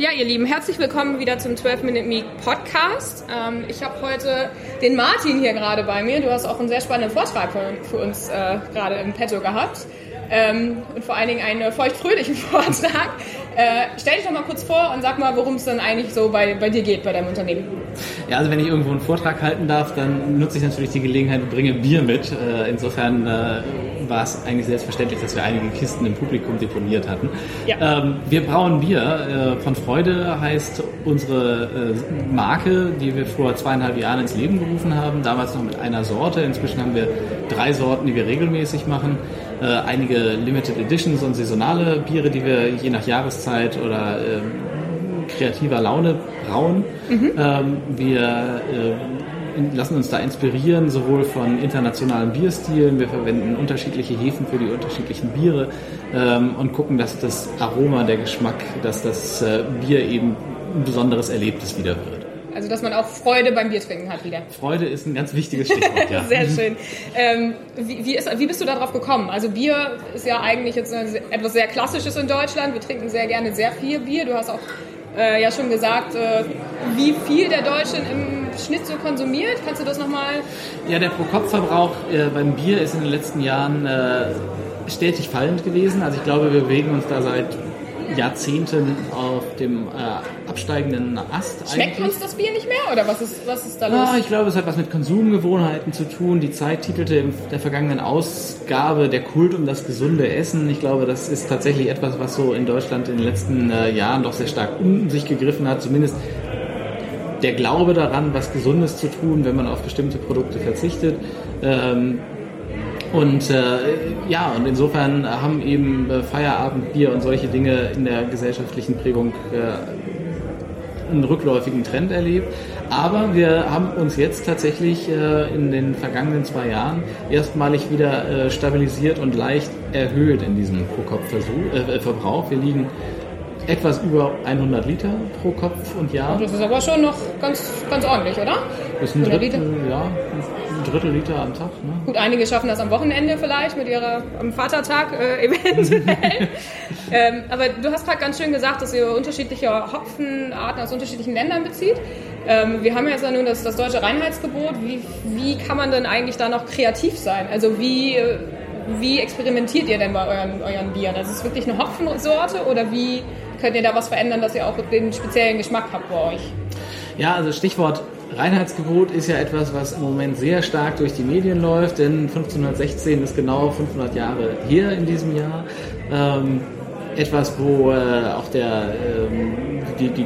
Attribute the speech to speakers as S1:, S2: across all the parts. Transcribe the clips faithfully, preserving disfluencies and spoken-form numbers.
S1: Ja, ihr Lieben, herzlich willkommen wieder zum zwölf Minute Me Podcast. Ähm, ich habe heute den Martin hier gerade bei mir. Du hast auch einen sehr spannenden Vortrag für, für uns äh, gerade im Petto gehabt. Ähm, und vor allen Dingen einen feuchtfröhlichen Vortrag. Äh, stell dich doch mal kurz vor und sag mal, worum es dann eigentlich so bei, bei dir geht, bei deinem Unternehmen.
S2: Ja, also wenn ich irgendwo einen Vortrag halten darf, dann nutze ich natürlich die Gelegenheit und bringe Bier mit. Äh, insofern äh, war es eigentlich selbstverständlich, dass wir einige Kisten im Publikum deponiert hatten. Ja. Ähm, wir brauen Bier. Äh, von Freude heißt unsere äh, Marke, die wir vor zweieinhalb Jahren ins Leben gerufen haben. Damals noch mit einer Sorte. Inzwischen haben wir drei Sorten, die wir regelmäßig machen. Äh, einige Limited Editions und saisonale Biere, die wir je nach Jahreszeit oder ähm, kreativer Laune brauen. Mhm. Ähm, wir äh, lassen uns da inspirieren, sowohl von internationalen Bierstilen, wir verwenden unterschiedliche Hefen für die unterschiedlichen Biere ähm, und gucken, dass das Aroma, der Geschmack, dass das äh, Bier eben ein besonderes Erlebnis wieder wird.
S1: Also, dass man auch Freude beim Biertrinken hat wieder.
S2: Freude ist ein ganz wichtiges Stichwort, ja.
S1: Sehr schön. Ähm, wie, wie, ist, wie bist du da drauf gekommen? Also Bier ist ja eigentlich jetzt etwas sehr Klassisches in Deutschland. Wir trinken sehr gerne sehr viel Bier. Du hast auch äh, ja schon gesagt, äh, wie viel der Deutsche im Schnitt so konsumiert. Kannst du das nochmal?
S2: Ja, der Pro-Kopf-Verbrauch äh, beim Bier ist in den letzten Jahren äh, stetig fallend gewesen. Also ich glaube, wir bewegen uns da seit Jahrzehnten auf dem äh, absteigenden Ast.
S1: Schmeckt eigentlich. Uns das Bier nicht mehr oder was ist, was ist da los?
S2: Ja, ich glaube, es hat was mit Konsumgewohnheiten zu tun. Die Zeit titelte in der vergangenen Ausgabe der Kult um das gesunde Essen. Ich glaube, das ist tatsächlich etwas, was so in Deutschland in den letzten äh, Jahren doch sehr stark um sich gegriffen hat. Zumindest der Glaube daran, was Gesundes zu tun, wenn man auf bestimmte Produkte verzichtet. Ähm, Und äh, ja, und insofern haben eben äh, Feierabendbier und solche Dinge in der gesellschaftlichen Prägung äh, einen rückläufigen Trend erlebt. Aber wir haben uns jetzt tatsächlich äh, in den vergangenen zwei Jahren erstmalig wieder äh, stabilisiert und leicht erhöht in diesem Pro-Kopf-Verbrauch. Wir liegen etwas über hundert Liter pro Kopf und Jahr.
S1: Das ist aber schon noch ganz, ganz ordentlich, oder?
S2: Das ist ein Drittel, ja, ein Drittel Liter am Tag. Ne?
S1: Gut, einige schaffen das am Wochenende vielleicht mit ihrer am Vatertag äh, eventuell. ähm, aber du hast gerade ganz schön gesagt, dass ihr unterschiedliche Hopfenarten aus unterschiedlichen Ländern bezieht. Ähm, wir haben jetzt ja nun das, das deutsche Reinheitsgebot. Wie, wie kann man denn eigentlich da noch kreativ sein? Also wie... Wie experimentiert ihr denn bei euren, euren Bieren? Also ist es wirklich eine Hopfensorte oder wie könnt ihr da was verändern, dass ihr auch den speziellen Geschmack habt bei euch?
S2: Ja, also Stichwort Reinheitsgebot ist ja etwas, was im Moment sehr stark durch die Medien läuft, denn fünfzehnhundertsechzehn ist genau fünfhundert Jahre her in diesem Jahr. Ähm, etwas, wo äh, auch der, ähm, die, die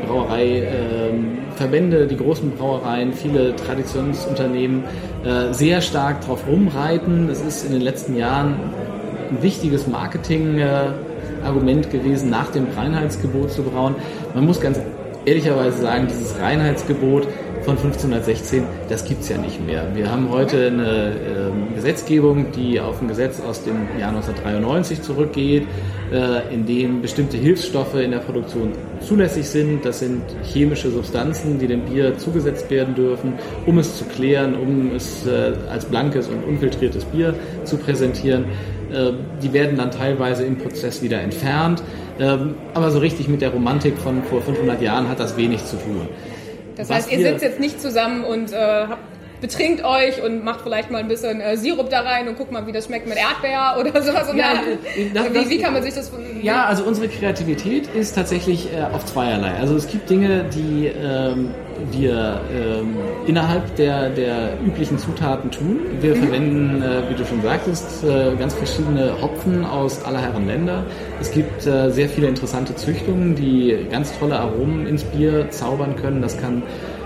S2: Brauereiverbände, ähm, die großen Brauereien, viele Traditionsunternehmen äh, sehr stark drauf rumreiten. Es ist in den letzten Jahren ein wichtiges Marketing-Argument äh, gewesen, nach dem Reinheitsgebot zu brauen. Man muss ganz ehrlicherweise sagen, dieses Reinheitsgebot von fünfzehnhundertsechzehn, das gibt's ja nicht mehr. Wir haben heute eine äh, Gesetzgebung, die auf ein Gesetz aus dem Jahr neunzehnhundertdreiundneunzig zurückgeht, äh, in dem bestimmte Hilfsstoffe in der Produktion zulässig sind. Das sind chemische Substanzen, die dem Bier zugesetzt werden dürfen, um es zu klären, um es äh, als blankes und unfiltriertes Bier zu präsentieren. Äh, die werden dann teilweise im Prozess wieder entfernt. Äh, aber so richtig mit der Romantik von vor fünfhundert Jahren hat das wenig zu tun.
S1: Das heißt, ihr sitzt jetzt nicht zusammen und äh, habt, betrinkt euch und macht vielleicht mal ein bisschen äh, Sirup da rein und guckt mal, wie das schmeckt mit Erdbeer oder sowas. Ja, das, wie, wie kann man sich das...
S2: Ja, also unsere Kreativität ist tatsächlich äh, auf zweierlei. Also es gibt Dinge, die ähm, wir ähm, innerhalb der, der üblichen Zutaten tun. Wir mhm. verwenden, äh, wie du schon sagtest, äh, ganz verschiedene Hopfen aus aller Herren Länder. Es gibt äh, sehr viele interessante Züchtungen, die ganz tolle Aromen ins Bier zaubern können. Das kann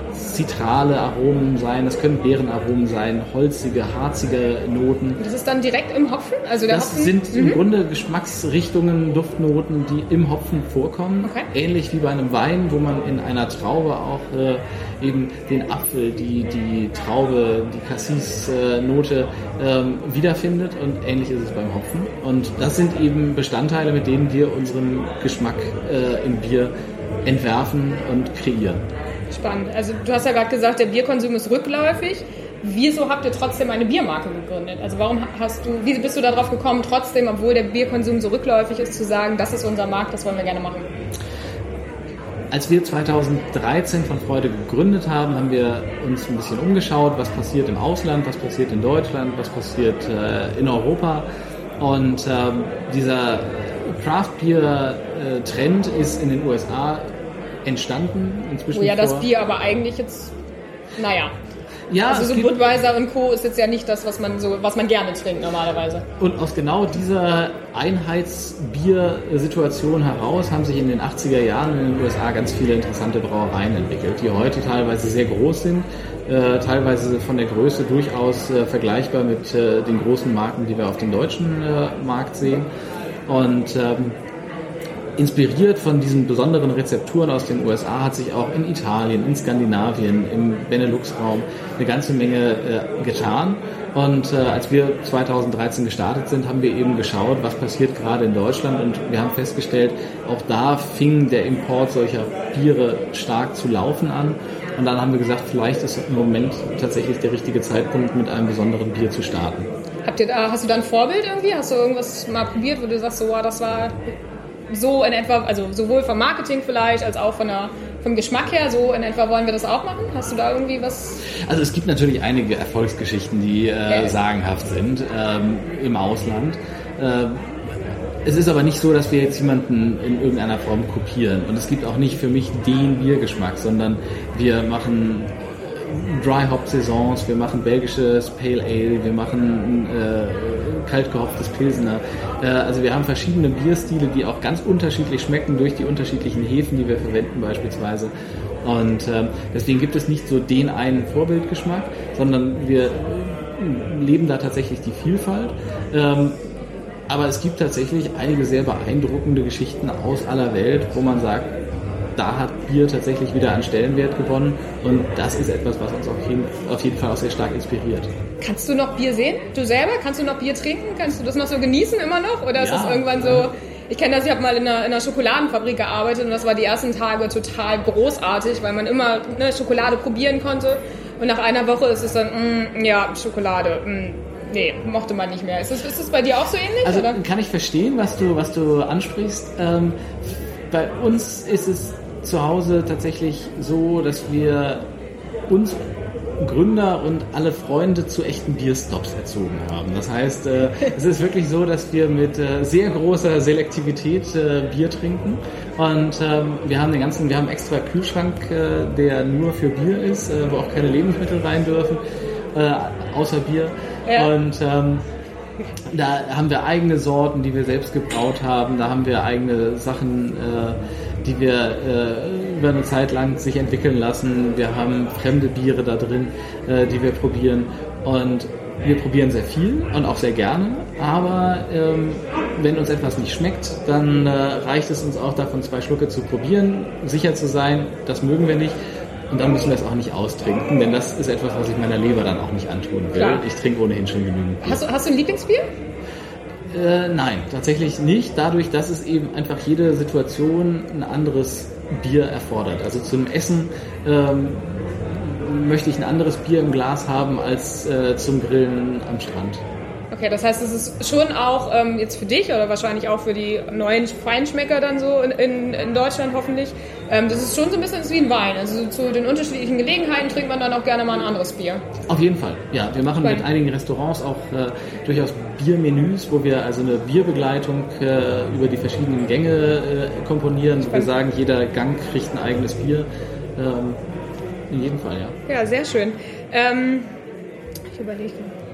S2: zitrale Aromen sein, das können Beerenaromen sein, holzige, harzige Noten.
S1: Das ist dann direkt im Hopfen? Also der
S2: das
S1: Hopfen?
S2: sind mhm. im Grunde Geschmacksrichtungen, Duftnoten, die im Hopfen vorkommen. Okay. Ähnlich wie bei einem Wein, wo man in einer Traube auch äh, eben den Apfel, die, die Traube, die Cassis-Note ähm, wiederfindet, und ähnlich ist es beim Hopfen. Und das sind eben Bestandteile, mit denen wir unseren Geschmack äh, im Bier entwerfen und kreieren.
S1: Spannend. Also du hast ja gerade gesagt, der Bierkonsum ist rückläufig. Wieso habt ihr trotzdem eine Biermarke gegründet? Also warum hast du, wie bist du darauf gekommen, trotzdem, obwohl der Bierkonsum so rückläufig ist, zu sagen, das ist unser Markt, das wollen wir gerne machen?
S2: als wir zweitausenddreizehn von Freude gegründet haben, haben wir uns ein bisschen umgeschaut, was passiert im Ausland, was passiert in Deutschland, was passiert äh, in Europa. Und ähm, dieser Craft-Bier-Trend ist in den U S A entstanden. Inzwischen
S1: Wo ja
S2: vor,
S1: das Bier aber eigentlich jetzt, naja...
S2: Ja,
S1: also so Budweiser und Co. ist jetzt ja nicht das, was man so, was man gerne trinkt normalerweise.
S2: Und aus genau dieser Einheitsbier-Situation heraus haben sich in den achtziger Jahren in den U S A ganz viele interessante Brauereien entwickelt, die heute teilweise sehr groß sind, äh, teilweise von der Größe durchaus äh, vergleichbar mit äh, den großen Marken, die wir auf dem deutschen äh, Markt sehen. Und ähm, inspiriert von diesen besonderen Rezepturen aus den U S A hat sich auch in Italien, in Skandinavien, im Benelux-Raum eine ganze Menge äh, getan. Und äh, als wir zweitausenddreizehn gestartet sind, haben wir eben geschaut, was passiert gerade in Deutschland. Und wir haben festgestellt, auch da fing der Import solcher Biere stark zu laufen an. Und dann haben wir gesagt, vielleicht ist im Moment tatsächlich der richtige Zeitpunkt, mit einem besonderen Bier zu starten.
S1: Habt ihr da, hast du da ein Vorbild irgendwie? Hast du irgendwas mal probiert, wo du sagst, so, wow, das war... so in etwa, also sowohl vom Marketing vielleicht, als auch von der, vom Geschmack her, so in etwa wollen wir das auch machen? Hast du da irgendwie was?
S2: Also es gibt natürlich einige Erfolgsgeschichten, die äh, okay. sagenhaft sind ähm, im Ausland. Äh, es ist aber nicht so, dass wir jetzt jemanden in irgendeiner Form kopieren. Und es gibt auch nicht für mich den Biergeschmack, sondern wir machen Dry-Hop-Saisons, wir machen belgisches Pale Ale, wir machen äh, kalt gehopftes Pilsener. Äh, also wir haben verschiedene Bierstile, die auch ganz unterschiedlich schmecken durch die unterschiedlichen Hefen, die wir verwenden beispielsweise. Und äh, deswegen gibt es nicht so den einen Vorbildgeschmack, sondern wir leben da tatsächlich die Vielfalt. Ähm, aber es gibt tatsächlich einige sehr beeindruckende Geschichten aus aller Welt, wo man sagt, da hat Bier tatsächlich wieder an Stellenwert gewonnen und das ist etwas, was uns auf jeden, auf jeden Fall auch sehr stark inspiriert.
S1: Kannst du noch Bier sehen? Du selber? Kannst du noch Bier trinken? Kannst du das noch so genießen immer noch? Oder ist
S2: ja,
S1: das irgendwann so... Ich kenne das, ich habe mal in einer, in einer Schokoladenfabrik gearbeitet und das war die ersten Tage total großartig, weil man immer ne, Schokolade probieren konnte und nach einer Woche ist es dann, mm, ja, Schokolade, mm, nee, mochte man nicht mehr. Ist das, ist das bei dir auch so ähnlich?
S2: Also
S1: oder?
S2: Kann ich verstehen, was du, was du ansprichst. Ähm, bei uns ist es zu Hause tatsächlich so, dass wir uns Gründer und alle Freunde zu echten Bierstops erzogen haben. Das heißt, äh, es ist wirklich so, dass wir mit äh, sehr großer Selektivität äh, Bier trinken und ähm, wir haben den ganzen, wir haben einen extra Kühlschrank, äh, der nur für Bier ist, äh, wo auch keine Lebensmittel rein dürfen, äh, außer Bier. Ja. Und ähm, da haben wir eigene Sorten, die wir selbst gebraut haben. Da haben wir eigene Sachen, äh, die wir äh, über eine Zeit lang sich entwickeln lassen. Wir haben fremde Biere da drin, äh, die wir probieren. Und wir probieren sehr viel und auch sehr gerne. Aber ähm, wenn uns etwas nicht schmeckt, dann äh, reicht es uns auch davon, zwei Schlucke zu probieren, sicher zu sein, das mögen wir nicht. Und dann müssen wir es auch nicht austrinken, denn das ist etwas, was ich meiner Leber dann auch nicht antun will. Klar. Ich trinke ohnehin schon genügend Bier.
S1: Hast du, hast du ein Lieblingsbier?
S2: Äh, nein, tatsächlich nicht. Dadurch, dass es eben einfach jede Situation ein anderes Bier erfordert. Also zum Essen ähm, möchte ich ein anderes Bier im Glas haben als äh, zum Grillen am Strand.
S1: Okay, das heißt, es ist schon auch ähm, jetzt für dich oder wahrscheinlich auch für die neuen Feinschmecker dann so in, in, in Deutschland hoffentlich, ähm, das ist schon so ein bisschen wie ein Wein. Also zu den unterschiedlichen Gelegenheiten trinkt man dann auch gerne mal ein anderes Bier.
S2: Auf jeden Fall, ja. Wir machen mit einigen Restaurants auch äh, durchaus Biermenüs, wo wir also eine Bierbegleitung äh, über die verschiedenen Gänge äh, komponieren. Wo wir sagen, jeder Gang kriegt ein eigenes Bier. Ähm, in jedem Fall, ja.
S1: Ja, sehr schön. Ähm, ich überlege.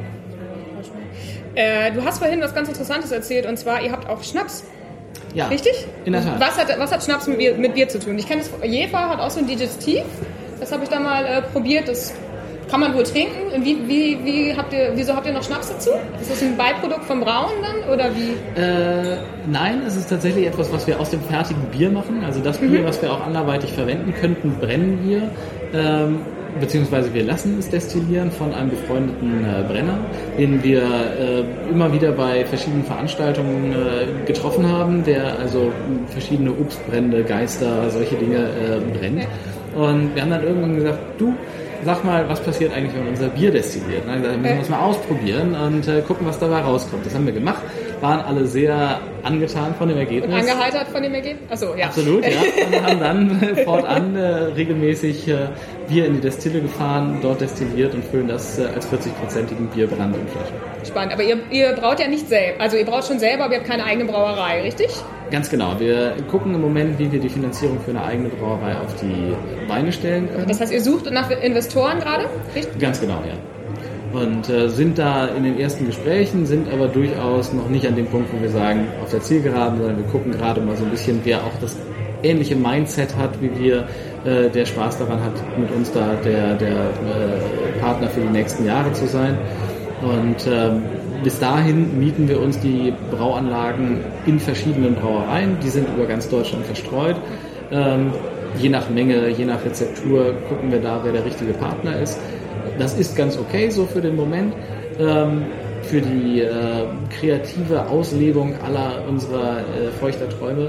S1: Äh, du hast vorhin was ganz Interessantes erzählt und zwar, ihr habt auch Schnaps.
S2: Ja,
S1: richtig?
S2: In der Tat.
S1: Was hat, was hat Schnaps mit Bier, mit Bier zu tun? Ich kenne das, Jefer hat auch so ein Digestiv. Das habe ich da mal äh, probiert. Das kann man wohl trinken. Und wie, wie, wie habt ihr, wieso habt ihr noch Schnaps dazu? Ist das ein Beiprodukt vom Brauen dann oder wie?
S2: Äh, nein, es ist tatsächlich etwas, was wir aus dem fertigen Bier machen. Also das Bier, mhm. was wir auch anderweitig verwenden könnten, brennen wir. Ähm, beziehungsweise wir lassen es destillieren von einem befreundeten äh, Brenner, den wir äh, immer wieder bei verschiedenen Veranstaltungen äh, getroffen haben, der also verschiedene Obstbrände, Geister, solche Dinge äh, brennt. Okay. Und wir haben dann irgendwann gesagt, du, sag mal, was passiert eigentlich, wenn man unser Bier destilliert? Dann müssen wir es mal ausprobieren und äh, gucken, was dabei rauskommt. Das haben wir gemacht waren alle sehr angetan von dem Ergebnis.
S1: Und angeheitert von dem Ergebnis? Achso, ja.
S2: Absolut, ja. Und haben dann fortan äh, regelmäßig äh, Bier in die Destille gefahren, dort destilliert und füllen das äh, als vierzig-prozentigen Bierbrand in Flaschen.
S1: Spannend, aber ihr, ihr braut ja nicht selbst. Also ihr braut schon selber, aber ihr habt keine eigene Brauerei, richtig?
S2: Ganz genau. Wir gucken im Moment, wie wir die Finanzierung für eine eigene Brauerei auf die Beine stellen können.
S1: Das heißt, ihr sucht nach Investoren gerade, richtig?
S2: Ganz genau, ja. Und äh, sind da in den ersten Gesprächen, sind aber durchaus noch nicht an dem Punkt, wo wir sagen, auf der Zielgeraden, sondern wir gucken gerade mal so ein bisschen, wer auch das ähnliche Mindset hat wie wir, äh, der Spaß daran hat, mit uns da der, der äh, Partner für die nächsten Jahre zu sein. Und ähm, bis dahin mieten wir uns die Brauanlagen in verschiedenen Brauereien, die sind über ganz Deutschland verstreut. Ähm, je nach Menge, je nach Rezeptur gucken wir da, wer der richtige Partner ist. Das ist ganz okay so für den Moment. Ähm, für die äh, kreative Auslebung aller unserer äh, feuchter Träume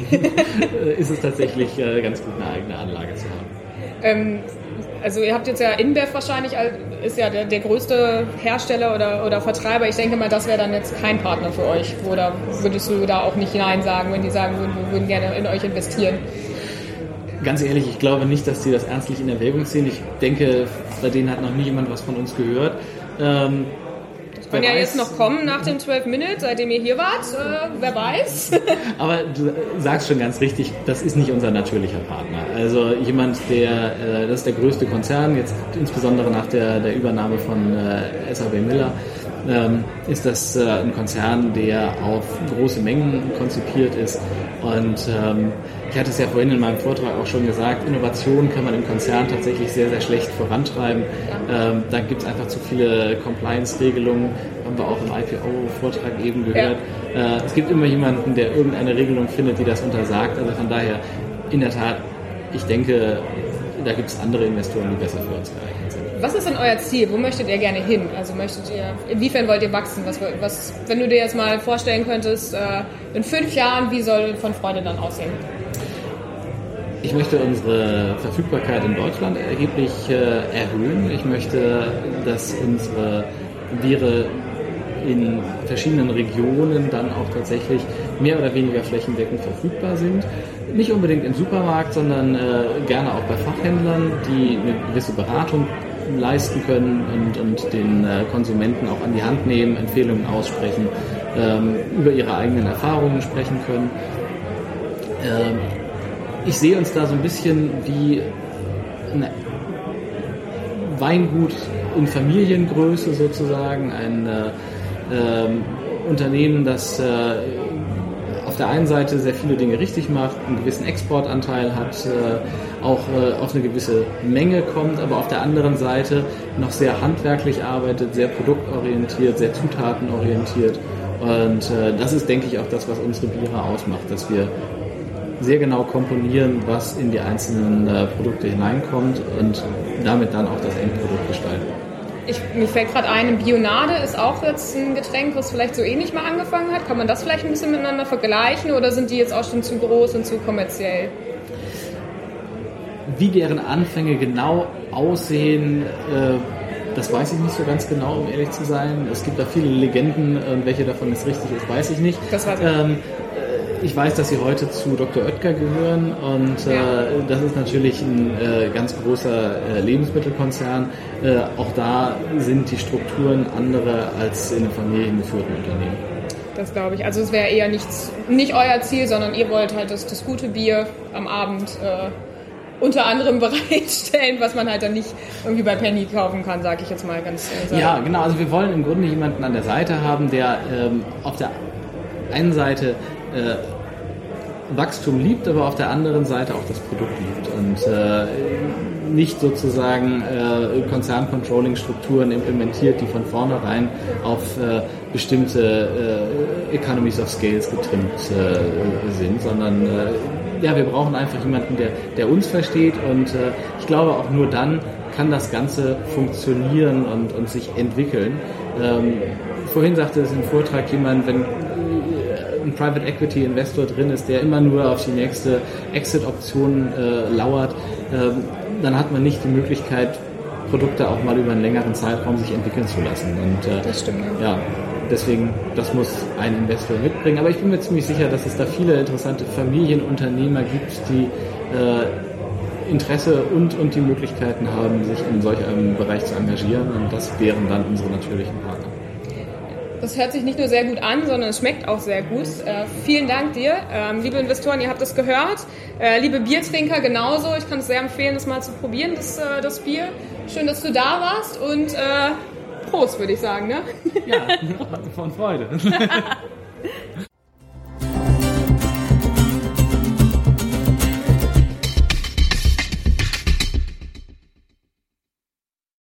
S2: äh, ist es tatsächlich äh, ganz gut, eine eigene Anlage zu haben.
S1: Ähm, also ihr habt jetzt ja InBev wahrscheinlich, ist ja der, der größte Hersteller oder, oder Vertreiber. Ich denke mal, das wäre dann jetzt kein Partner für euch. Oder würdest du da auch nicht Nein sagen, wenn die sagen würden, wir würden gerne in euch investieren?
S2: Ganz ehrlich, ich glaube nicht, dass sie das ernstlich in Erwägung ziehen. Ich denke, bei denen hat noch nie jemand was von uns gehört. Ähm,
S1: das kann ja weiß, jetzt noch kommen nach dem zwölf Minute, seitdem ihr hier wart. Äh, wer weiß.
S2: Aber du sagst schon ganz richtig, das ist nicht unser natürlicher Partner. Also jemand, der, äh, das ist der größte Konzern, jetzt insbesondere nach der, der Übernahme von äh, S A B Miller, ähm, ist das äh, ein Konzern, der auf große Mengen konzipiert ist. Und ähm, ich hatte es ja vorhin in meinem Vortrag auch schon gesagt, Innovation kann man im Konzern tatsächlich sehr, sehr schlecht vorantreiben. Ähm, da gibt es einfach zu viele Compliance-Regelungen, haben wir auch im I P O-Vortrag eben gehört. Ja. Äh, es gibt immer jemanden, der irgendeine Regelung findet, die das untersagt. Also von daher, in der Tat, ich denke, da gibt es andere Investoren, die besser für uns geeignet sind.
S1: Was ist denn euer Ziel? Wo möchtet ihr gerne hin? Also möchtet ihr, inwiefern wollt ihr wachsen? Was, was, wenn du dir jetzt mal vorstellen könntest, in fünf Jahren, wie soll von Freude dann aussehen?
S2: Ich möchte unsere Verfügbarkeit in Deutschland erheblich äh, erhöhen. Ich möchte, dass unsere Biere in verschiedenen Regionen dann auch tatsächlich mehr oder weniger flächendeckend verfügbar sind. Nicht unbedingt im Supermarkt, sondern äh, gerne auch bei Fachhändlern, die eine gewisse Beratung leisten können und, und den äh, Konsumenten auch an die Hand nehmen, Empfehlungen aussprechen, ähm, über ihre eigenen Erfahrungen sprechen können. Ähm, ich sehe uns da so ein bisschen wie ein Weingut in Familiengröße sozusagen, ein äh, äh, Unternehmen, das äh, auf der einen Seite sehr viele Dinge richtig macht, einen gewissen Exportanteil hat, äh, auch äh, auf eine gewisse Menge kommt, aber auf der anderen Seite noch sehr handwerklich arbeitet, sehr produktorientiert, sehr zutatenorientiert. Und äh, das ist, denke ich, auch das, was unsere Biere ausmacht, dass wir sehr genau komponieren, was in die einzelnen äh, Produkte hineinkommt und damit dann auch das Endprodukt gestalten.
S1: Ich, mir fällt gerade ein, Bionade ist auch jetzt ein Getränk, was vielleicht so ähnlich mal angefangen hat. Kann man das vielleicht ein bisschen miteinander vergleichen oder sind die jetzt auch schon zu groß und zu kommerziell?
S2: Wie deren Anfänge genau aussehen, äh, das weiß ich nicht so ganz genau, um ehrlich zu sein. Es gibt da viele Legenden und welche davon jetzt richtig ist, weiß ich nicht.
S1: Das weiß ich.
S2: Ähm, Ich weiß, dass Sie heute zu Doktor Oetker gehören und ja. äh, das ist natürlich ein äh, ganz großer äh, Lebensmittelkonzern. Äh, auch da sind die Strukturen andere als in einem familiengeführten Unternehmen.
S1: Das glaube ich. Also es wäre eher nichts, nicht euer Ziel, sondern ihr wollt halt das, das gute Bier am Abend äh, unter anderem bereitstellen, was man halt dann nicht irgendwie bei Penny kaufen kann, sage ich jetzt mal ganz äh,
S2: Ja, genau. Also wir wollen im Grunde jemanden an der Seite haben, der ähm, auf der einen Seite äh, Wachstum liebt, aber auf der anderen Seite auch das Produkt liebt und äh, nicht sozusagen äh, Konzern-Controlling-Strukturen implementiert, die von vornherein auf äh, bestimmte äh, Economies of Scales getrimmt äh, sind, sondern äh, ja, wir brauchen einfach jemanden, der, der uns versteht und äh, ich glaube auch nur dann kann das Ganze funktionieren und, und sich entwickeln. Ähm, vorhin sagte es im Vortrag jemand, wenn ein Private Equity Investor drin ist, der immer nur auf die nächste Exit-Option äh, lauert, äh, dann hat man nicht die Möglichkeit, Produkte auch mal über einen längeren Zeitraum sich entwickeln zu lassen. Und, äh,
S1: das stimmt.
S2: Ja, deswegen, das muss ein Investor mitbringen. Aber ich bin mir ziemlich sicher, dass es da viele interessante Familienunternehmer gibt, die äh, Interesse und, und die Möglichkeiten haben, sich in solch einem Bereich zu engagieren. Und das wären dann unsere natürlichen Partner.
S1: Das hört sich nicht nur sehr gut an, sondern es schmeckt auch sehr gut. Äh, vielen Dank dir. Ähm, liebe Investoren, ihr habt es gehört. Äh, liebe Biertrinker genauso. Ich kann es sehr empfehlen, das mal zu probieren, das, äh, das Bier. Schön, dass du da warst und äh, Prost, würde ich sagen. Ne?
S2: Ja, von Freude.